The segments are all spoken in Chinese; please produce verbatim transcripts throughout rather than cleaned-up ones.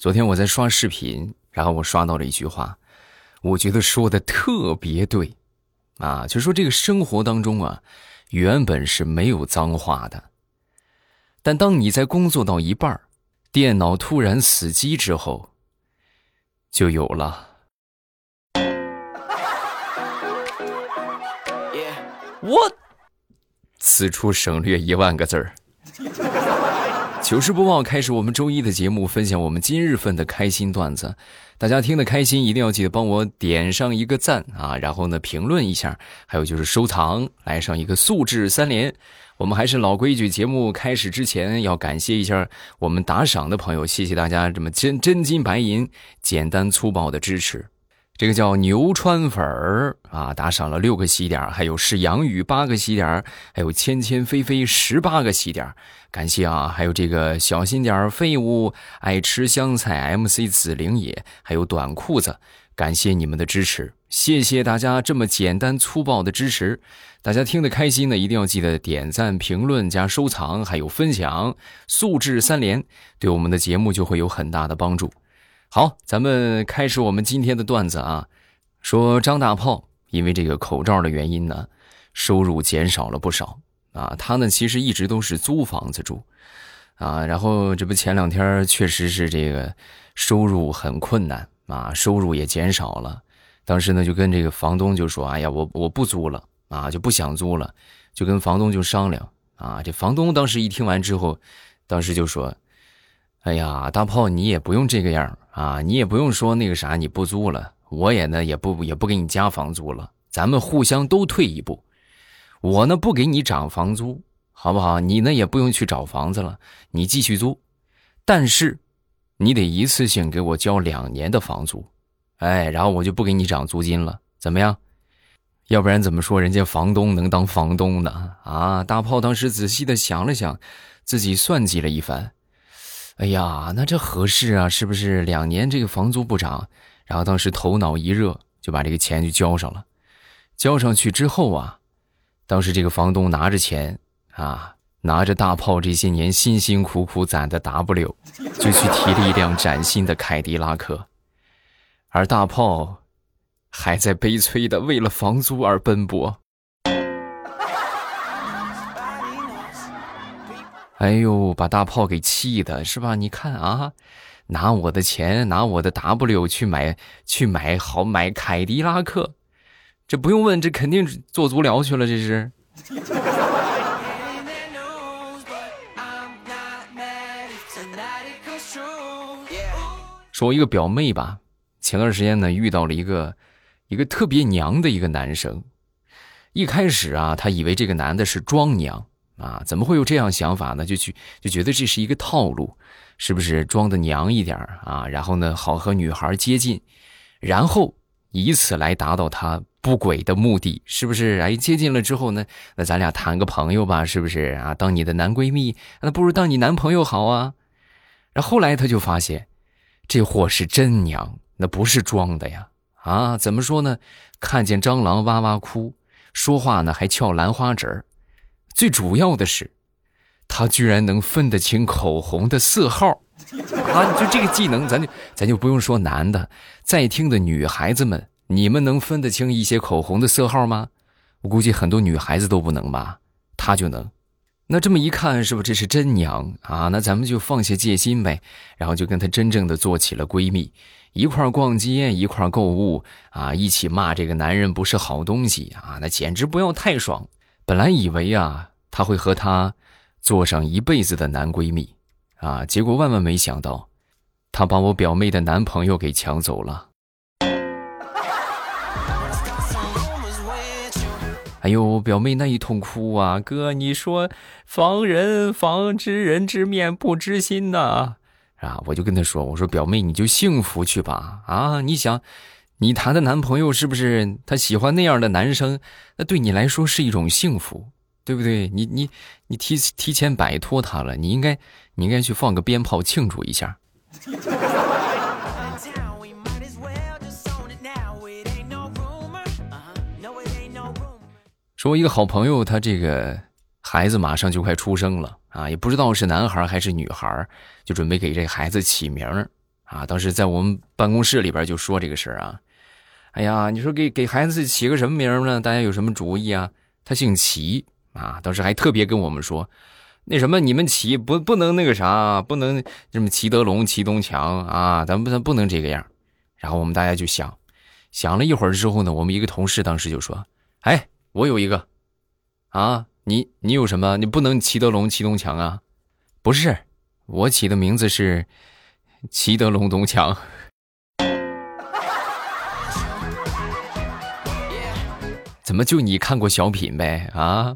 昨天我在刷视频，然后我刷到了一句话，我觉得说的特别对啊，就说这个生活当中啊，原本是没有脏话的，但当你在工作到一半，电脑突然死机之后，就有了。我此处省略一万个字儿。糗事播报开始我们周一的节目，分享我们今日份的开心段子。大家听得开心一定要记得帮我点上一个赞啊，然后呢评论一下，还有就是收藏，来上一个素质三连。我们还是老规矩，节目开始之前要感谢一下我们打赏的朋友，谢谢大家这么真真金白银简单粗暴的支持。这个叫牛川粉儿啊，打赏了六个喜点，还有是杨宇八个喜点，还有芊芊菲菲十八个喜点，感谢啊！还有这个小心点废物，爱吃香菜 M C 紫菱野，还有短裤子，感谢你们的支持，谢谢大家这么简单粗暴的支持。大家听得开心呢，一定要记得点赞、评论加收藏，还有分享，素质三连，对我们的节目就会有很大的帮助。好，咱们开始我们今天的段子啊。说张大炮因为这个口罩的原因呢，收入减少了不少啊。他呢其实一直都是租房子住啊，然后这不前两天确实是这个收入很困难啊，收入也减少了。当时呢就跟这个房东就说，哎呀，我我不租了啊，就不想租了，就跟房东就商量啊。这房东当时一听完之后，当时就说，哎呀，大炮你也不用这个样啊，你也不用说那个啥你不租了，我也呢也不也不给你加房租了，咱们互相都退一步。我呢不给你涨房租，好不好？你呢也不用去找房子了，你继续租，但是你得一次性给我交两年的房租，哎，然后我就不给你涨租金了，怎么样？要不然怎么说人家房东能当房东呢？啊，大炮当时仔细的想了想，自己算计了一番。哎呀，那这合适啊，是不是两年这个房租不涨？然后当时头脑一热，就把这个钱就交上了。交上去之后啊，当时这个房东拿着钱啊，拿着大炮这些年辛辛苦苦攒的 W， 就去提了一辆崭新的凯迪拉克，而大炮还在悲催的为了房租而奔波。哎呦，把大炮给气的是吧？你看啊，拿我的钱，拿我的 W 去买去买好买凯迪拉克，这不用问，这肯定做足疗去了，这是。说我一个表妹吧，前段时间呢遇到了一个一个特别娘的一个男生。一开始啊，她以为这个男的是装娘。啊，怎么会有这样想法呢？就去就觉得这是一个套路，是不是装的娘一点啊？然后呢，好和女孩接近，然后以此来达到他不轨的目的，是不是？哎，接近了之后呢，那咱俩谈个朋友吧，是不是啊？当你的男闺蜜，那不如当你男朋友好啊。然后后来他就发现，这货是真娘，那不是装的呀。啊，怎么说呢？看见蟑螂哇哇哭，说话呢还翘兰花指儿。最主要的是，他居然能分得清口红的色号啊！就这个技能，咱就咱就不用说男的，在听的女孩子们，你们能分得清一些口红的色号吗？我估计很多女孩子都不能吧，他就能。那这么一看，是不是这是真娘啊？那咱们就放下戒心呗，然后就跟她真正的做起了闺蜜，一块逛街，一块购物啊，一起骂这个男人不是好东西啊，那简直不要太爽。本来以为啊，她会和他做上一辈子的男闺蜜啊，结果万万没想到，她把我表妹的男朋友给抢走了。哎呦，表妹那一通哭啊，哥，你说防人防知人知面不知心呐啊！我就跟她说，我说表妹你就幸福去吧啊！你想，你谈的男朋友是不是他喜欢那样的男生？那对你来说是一种幸福，对不对？你你你提提前摆脱他了，你应该你应该去放个鞭炮庆祝一下。说我一个好朋友，他这个孩子马上就快出生了啊，也不知道是男孩还是女孩，就准备给这个孩子起名啊，当时在我们办公室里边就说这个事儿啊。哎呀，你说给给孩子起个什么名呢？大家有什么主意啊？他姓齐啊，当时还特别跟我们说，那什么你们齐不不能那个啥，不能什么齐德龙、齐东强啊，咱不咱不能这个样。然后我们大家就想，想了一会儿之后呢，我们一个同事当时就说，哎，我有一个啊，你你有什么？你不能齐德龙、齐东强啊？不是，我起的名字是齐德龙东强。怎么就你看过小品呗啊？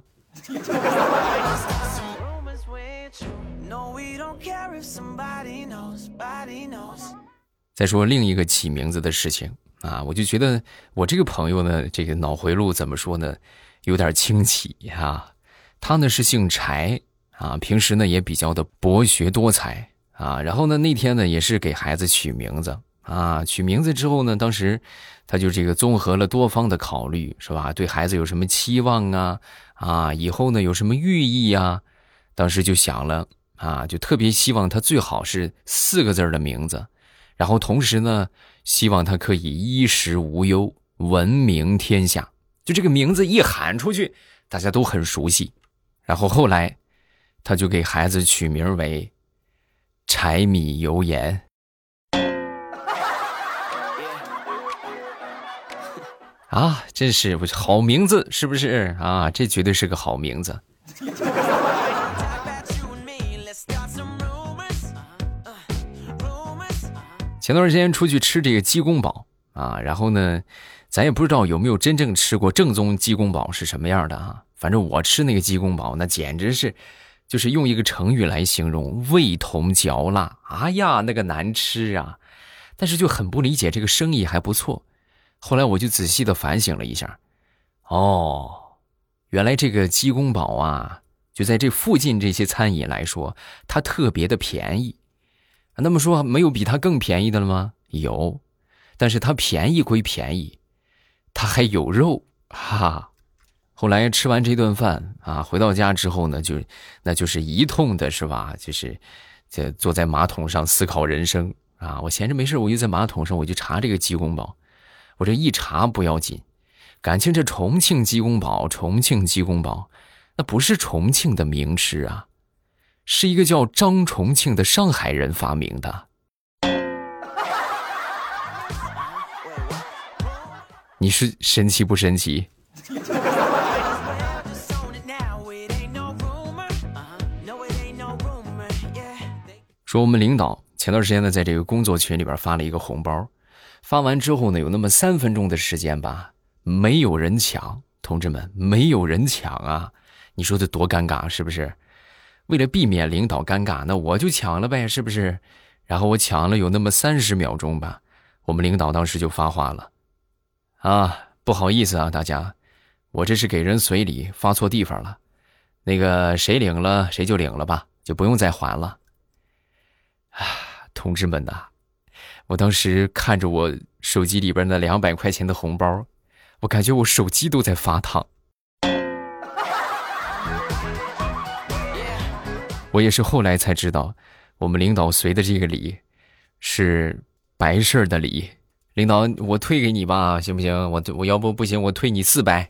再说另一个起名字的事情啊，我就觉得我这个朋友呢，这个脑回路怎么说呢，有点清奇啊。他呢是姓柴啊，平时呢也比较的博学多才啊。然后呢那天呢也是给孩子取名字啊，取名字之后呢，当时他就这个综合了多方的考虑，是吧？对孩子有什么期望啊？啊，以后呢有什么寓意啊？当时就想了啊，就特别希望他最好是四个字的名字，然后同时呢，希望他可以衣食无忧，闻名天下。就这个名字一喊出去，大家都很熟悉。然后后来，他就给孩子取名为柴米油盐。啊，真是好名字，是不是啊？这绝对是个好名字。前段时间出去吃这个鸡公煲啊，然后呢，咱也不知道有没有真正吃过正宗鸡公煲是什么样的啊。反正我吃那个鸡公煲，那简直是，就是用一个成语来形容，味同嚼蜡。哎呀，那个难吃啊！但是就很不理解，这个生意还不错。后来我就仔细的反省了一下，哦，原来这个鸡公煲啊，就在这附近这些餐饮来说，它特别的便宜。那么说没有比它更便宜的了吗？有，但是它便宜归便宜，它还有肉哈哈。后来吃完这顿饭啊，回到家之后呢，就那就是一通的是吧？就是这坐在马桶上思考人生啊。我闲着没事，我就在马桶上我就查这个鸡公煲。我这一查不要紧，感情这重庆鸡公煲，重庆鸡公煲，那不是重庆的名吃啊，是一个叫张重庆的上海人发明的。你是神奇不神奇？说我们领导前段时间呢，在这个工作群里边发了一个红包。发完之后呢，有那么三分钟的时间吧，没有人抢，同志们，没有人抢啊！你说这多尴尬，是不是？为了避免领导尴尬，那我就抢了呗，是不是？然后我抢了有那么三十秒钟吧，我们领导当时就发话了，啊，不好意思啊，大家，我这是给人随礼，发错地方了，那个谁领了谁就领了吧，就不用再还了。啊，同志们呐！我当时看着我手机里边那两百块钱的红包，我感觉我手机都在发烫。我也是后来才知道，我们领导随的这个礼是白事的礼。领导，我退给你吧，行不行？我我要不不行，我退你四百。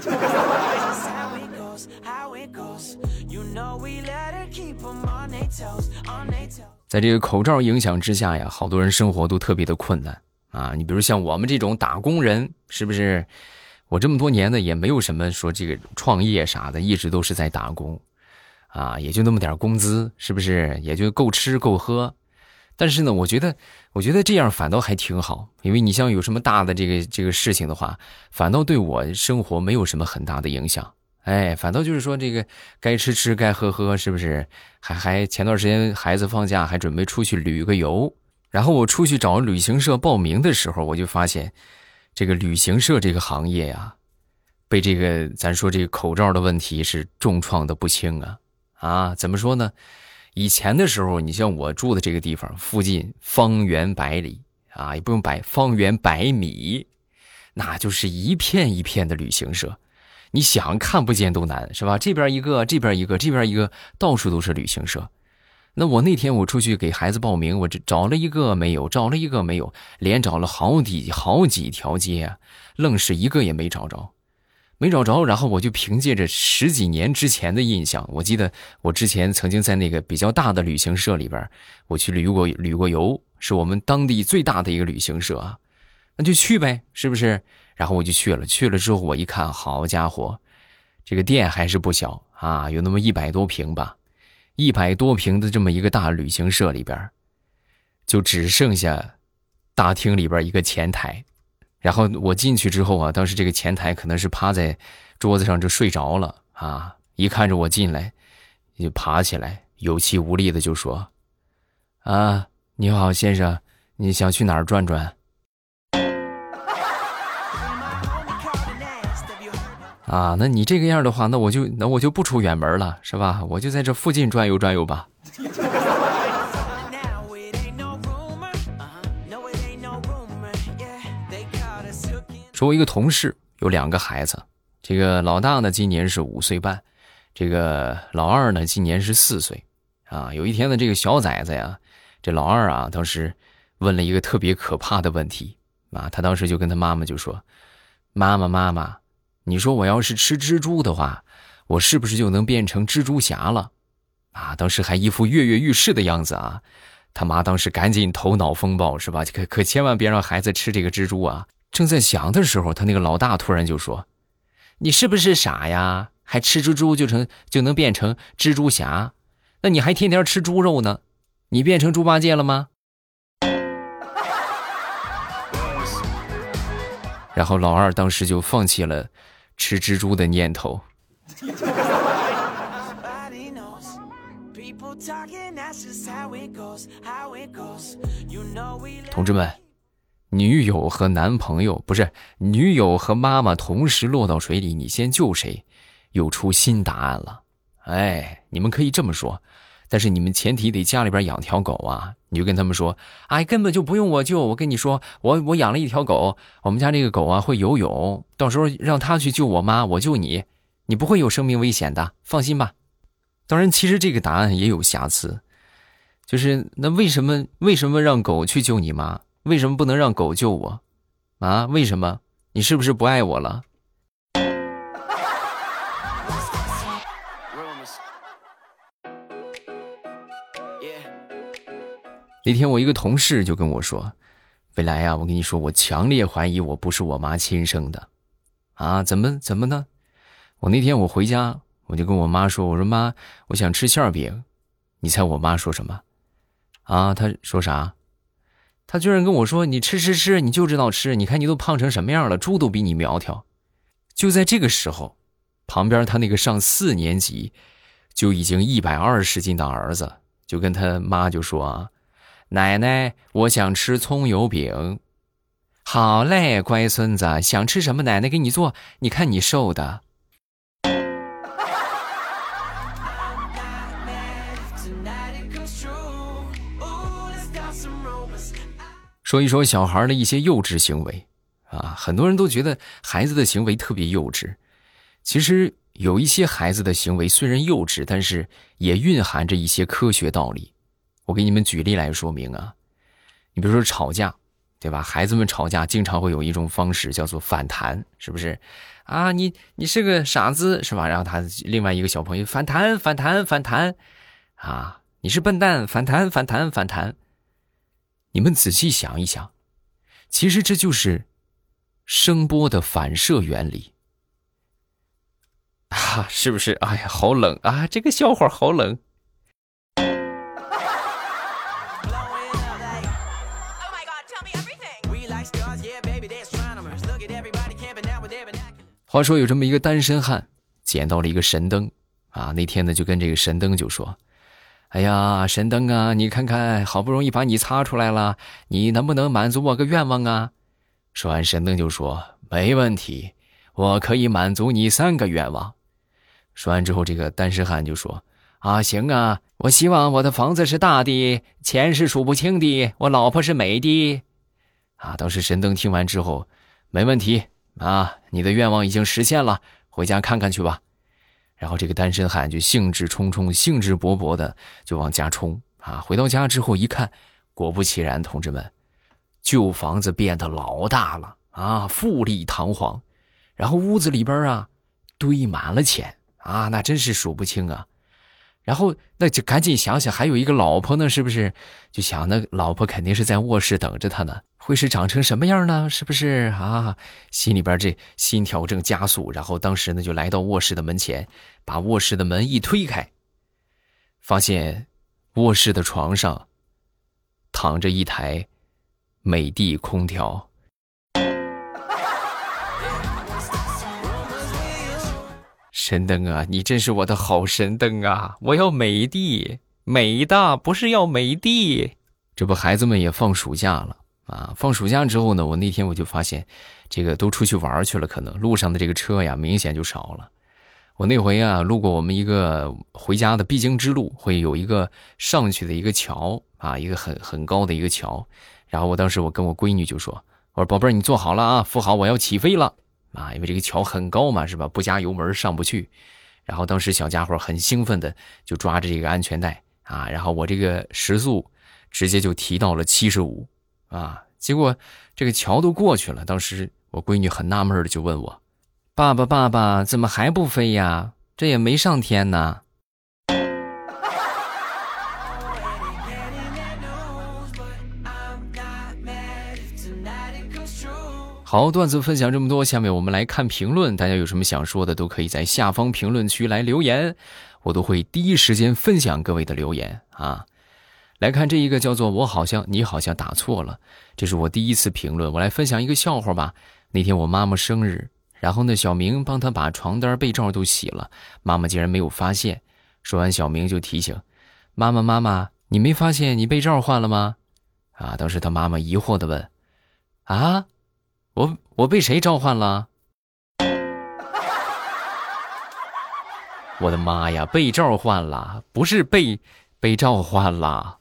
在这个口罩影响之下呀，好多人生活都特别的困难啊。你比如像我们这种打工人，是不是？我这么多年呢，也没有什么说这个创业啥的，一直都是在打工啊，也就那么点工资，是不是？也就够吃够喝。但是呢，我觉得，我觉得这样反倒还挺好，因为你像有什么大的这个这个事情的话，反倒对我生活没有什么很大的影响。哎，反倒就是说这个该吃吃该喝喝，是不是？还还前段时间孩子放假，还准备出去旅个游。然后我出去找旅行社报名的时候，我就发现这个旅行社这个行业呀，被这个咱说这个口罩的问题是重创的不轻啊。啊，怎么说呢？以前的时候，你像我住的这个地方附近方圆百里啊，也不用百方圆百米，那就是一片一片的旅行社。你想看不见都难，是吧？这边一个，这边一个，这边一个，到处都是旅行社。 那我那天我出去给孩子报名，我这找了一个没有，找了一个没有，连找了好几好几条街啊，愣是一个也没找着。没找着，然后我就凭借着十几年之前的印象，我记得我之前曾经在那个比较大的旅行社里边，我去旅过旅过游，是我们当地最大的一个旅行社啊，那就去呗，是不是？然后我就去了，去了之后我一看，好家伙，这个店还是不小啊，有那么一百多平吧，一百多平的这么一个大旅行社里边，就只剩下大厅里边一个前台。然后我进去之后啊，当时这个前台可能是趴在桌子上就睡着了啊，一看着我进来就爬起来，有气无力的就说：啊，你好先生，你想去哪儿转转？啊，那你这个样的话，那我就那我就不出远门了，是吧？我就在这附近转悠转悠吧。说我一个同事有两个孩子，这个老大呢今年是五岁半，这个老二呢今年是四岁啊。有一天呢，这个小崽子呀，这老二啊当时问了一个特别可怕的问题啊，他当时就跟他妈妈就说：妈妈妈妈，你说我要是吃蜘蛛的话，我是不是就能变成蜘蛛侠了啊？当时还一副跃跃欲试的样子啊。他妈当时赶紧头脑风暴，是吧？可可千万别让孩子吃这个蜘蛛啊。正在想的时候，他那个老大突然就说：你是不是傻呀？还吃蜘蛛就成就能变成蜘蛛侠？那你还天天吃猪肉呢？你变成猪八戒了吗？然后老二当时就放弃了吃蜘蛛的念头。同志们，女友和男朋友不是女友和妈妈同时落到水里，你先救谁？又出新答案了。哎，你们可以这么说，但是你们前提得家里边养条狗啊。你就跟他们说，哎，根本就不用我救，我跟你说，我我养了一条狗，我们家这个狗啊会游泳，到时候让它去救我妈，我救你，你不会有生命危险的，放心吧。当然其实这个答案也有瑕疵，就是那为什么为什么让狗去救你妈？为什么不能让狗救我？啊，为什么？你是不是不爱我了？那天我一个同事就跟我说，未来啊，我跟你说，我强烈怀疑我不是我妈亲生的。啊，怎么怎么呢？我那天我回家，我就跟我妈说，我说妈，我想吃馅饼。你猜我妈说什么？啊，她说啥？她居然跟我说，你吃吃吃，你就知道吃，你看你都胖成什么样了，猪都比你苗条。就在这个时候，旁边他那个上四年级就已经一百二十斤的儿子就跟他妈就说啊，奶奶，我想吃葱油饼。好嘞，乖孙子，想吃什么奶奶给你做，你看你瘦的。说一说小孩的一些幼稚行为啊，很多人都觉得孩子的行为特别幼稚，其实有一些孩子的行为虽然幼稚，但是也蕴含着一些科学道理。我给你们举例来说明啊，你比如说吵架，对吧？孩子们吵架经常会有一种方式叫做反弹，是不是？啊，你你是个傻子，是吧？然后他另外一个小朋友反弹反弹反弹，啊，你是笨蛋，反弹反弹反弹。你们仔细想一想，其实这就是声波的反射原理啊，是不是？哎呀，好冷啊！这个笑话好冷。话说有这么一个单身汉捡到了一个神灯啊，那天呢就跟这个神灯就说，哎呀，神灯啊，你看看，好不容易把你擦出来了，你能不能满足我个愿望啊？说完神灯就说，没问题，我可以满足你三个愿望。说完之后，这个单身汉就说，啊，行啊，我希望我的房子是大的，钱是数不清的，我老婆是美的。啊，当时神灯听完之后，没问题啊，你的愿望已经实现了，回家看看去吧。 然后这个单身汉就兴致冲冲、兴致勃勃的就往家冲啊！回到家之后一看，果不其然，同志们，旧房子变得老大了啊，富丽堂皇，然后屋子里边啊堆满了钱啊，那真是数不清啊。然后那就赶紧想想还有一个老婆呢，是不是？就想那老婆肯定是在卧室等着他呢，会是长成什么样呢？是不是啊？心里边这心跳正加速，然后当时呢就来到卧室的门前，把卧室的门一推开，发现卧室的床上躺着一台美的空调。神灯啊，你真是我的好神灯啊！我要美的，美的，不是要美的。这不，孩子们也放暑假了啊！放暑假之后呢，我那天我就发现，这个都出去玩去了，可能路上的这个车呀，明显就少了。我那回啊，路过我们一个回家的必经之路，会有一个上去的一个桥啊，一个很很高的一个桥。然后我当时我跟我闺女就说：“我说宝贝儿，你坐好了啊，扶好，我要起飞了。”啊，因为这个桥很高嘛，是吧？不加油门上不去。然后当时小家伙很兴奋的就抓着这个安全带啊，然后我这个时速直接就提到了七十五啊。结果这个桥都过去了，当时我闺女很纳闷的就问我：“爸爸爸爸，怎么还不飞呀？这也没上天呢。”好，段子分享这么多，下面我们来看评论，大家有什么想说的都可以在下方评论区来留言，我都会第一时间分享各位的留言啊。来看这一个叫做我好像你好像打错了，这是我第一次评论，我来分享一个笑话吧。那天我妈妈生日，然后呢小明帮她把床单被罩都洗了，妈妈竟然没有发现。说完小明就提醒妈妈：“妈妈，你没发现你被罩换了吗？”啊，当时他妈妈疑惑地问：“啊？我我被谁召唤了？”我的妈呀，被召唤了，不是被被召唤了。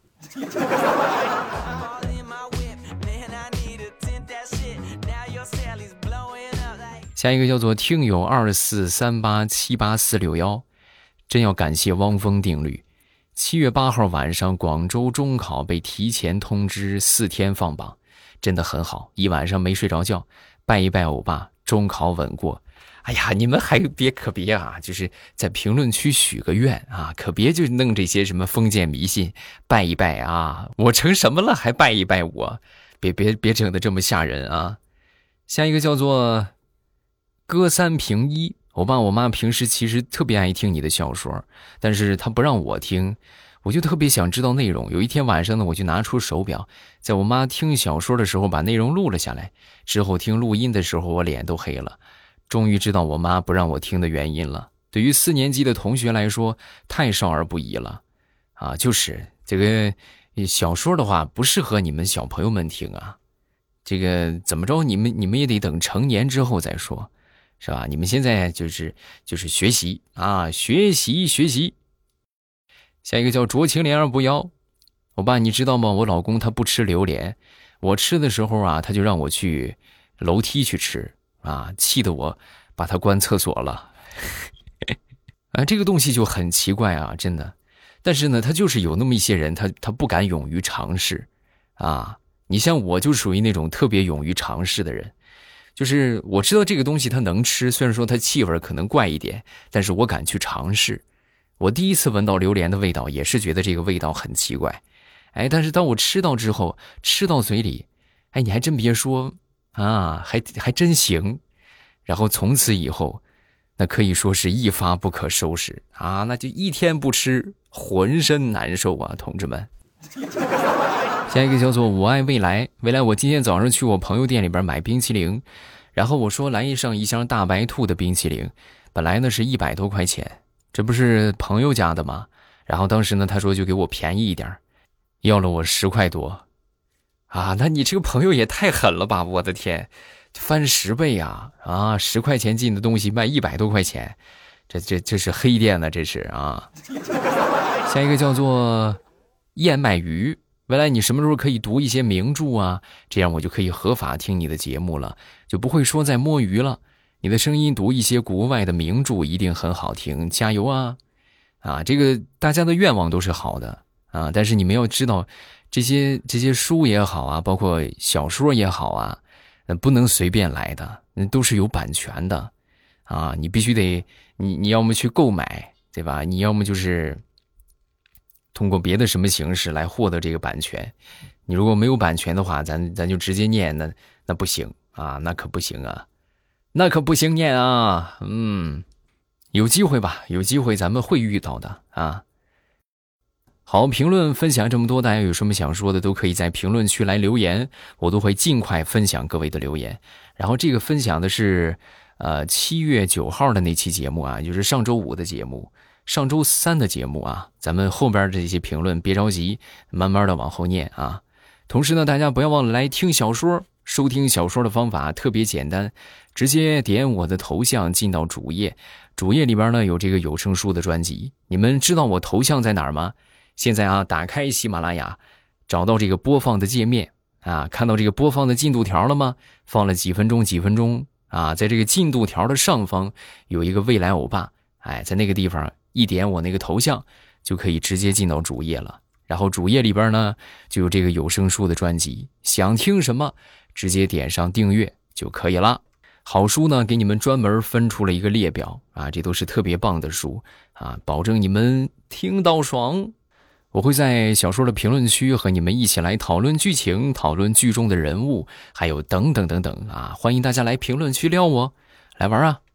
下一个叫做听友二四三八七八四六幺，真要感谢汪峰定律。七月八号晚上，广州中考被提前通知四天放榜。真的很好，一晚上没睡着觉，拜一拜欧巴，中考稳过。哎呀，你们还别可别啊，就是在评论区许个愿啊，可别就弄这些什么封建迷信，拜一拜啊，我成什么了还拜一拜我，别别别整得这么吓人啊。下一个叫做歌三平一，我爸我妈平时其实特别爱听你的小说，但是他不让我听，我就特别想知道内容。有一天晚上呢，我就拿出手表，在我妈听小说的时候把内容录了下来，之后听录音的时候我脸都黑了，终于知道我妈不让我听的原因了。对于四年级的同学来说太少儿不宜了啊，就是这个小说的话不适合你们小朋友们听啊，这个怎么着你们你们也得等成年之后再说，是吧？你们现在就是就是学习啊，学习学习。下一个叫濯清涟而不妖，我爸你知道吗？我老公他不吃榴莲，我吃的时候啊，他就让我去楼梯去吃啊，气得我把他关厕所了。啊，这个东西就很奇怪啊，真的。但是呢，他就是有那么一些人，他他不敢勇于尝试啊。你像我就属于那种特别勇于尝试的人，就是我知道这个东西它能吃，虽然说它气味可能怪一点，但是我敢去尝试。我第一次闻到榴莲的味道，也是觉得这个味道很奇怪，哎，但是当我吃到之后，吃到嘴里，哎，你还真别说啊，还还真行。然后从此以后，那可以说是一发不可收拾啊，那就一天不吃，浑身难受啊，同志们。下一个叫做我爱未来，未来我今天早上去我朋友店里边买冰淇淋，然后我说来上一箱大白兔的冰淇淋，本来呢是一百多块钱。这不是朋友家的吗？然后当时呢，他说就给我便宜一点，要了我十块多，啊，那你这个朋友也太狠了吧！我的天，翻十倍啊！啊，十块钱进的东西卖一百多块钱，这这这是黑店呢，这是啊。下一个叫做燕麦鱼，未来你什么时候可以读一些名著啊？这样我就可以合法听你的节目了，就不会说在摸鱼了。 你的声音读一些国外的名著一定很好听，加油啊！啊，这个大家的愿望都是好的啊，但是你们要知道，这些这些书也好啊，包括小说也好啊，不能随便来的，那都是有版权的啊，你必须得你你要么去购买，对吧？你要么就是通过别的什么形式来获得这个版权。你如果没有版权的话，咱咱就直接念，那那不行啊，那可不行啊，那可不行念啊，嗯。有机会吧，有机会咱们会遇到的啊。好，评论分享这么多，大家有什么想说的都可以在评论区来留言，我都会尽快分享各位的留言。然后这个分享的是呃七月九号的那期节目啊，就是上周五的节目，上周三的节目啊，咱们后边这些评论别着急，慢慢的往后念啊。同时呢，大家不要忘了来听小说。收听小说的方法特别简单，直接点我的头像进到主页，主页里边呢有这个有声书的专辑。你们知道我头像在哪儿吗？现在啊，打开喜马拉雅，找到这个播放的界面啊，看到这个播放的进度条了吗？放了几分钟几分钟啊，在这个进度条的上方有一个未来欧巴，哎，在那个地方一点我那个头像就可以直接进到主页了。然后主页里边呢就有这个有声书的专辑，想听什么直接点上订阅就可以了。好书呢给你们专门分出了一个列表啊，这都是特别棒的书啊，保证你们听到爽。我会在小说的评论区和你们一起来讨论剧情，讨论剧中的人物，还有等等等等啊，欢迎大家来评论区撩我，来玩啊。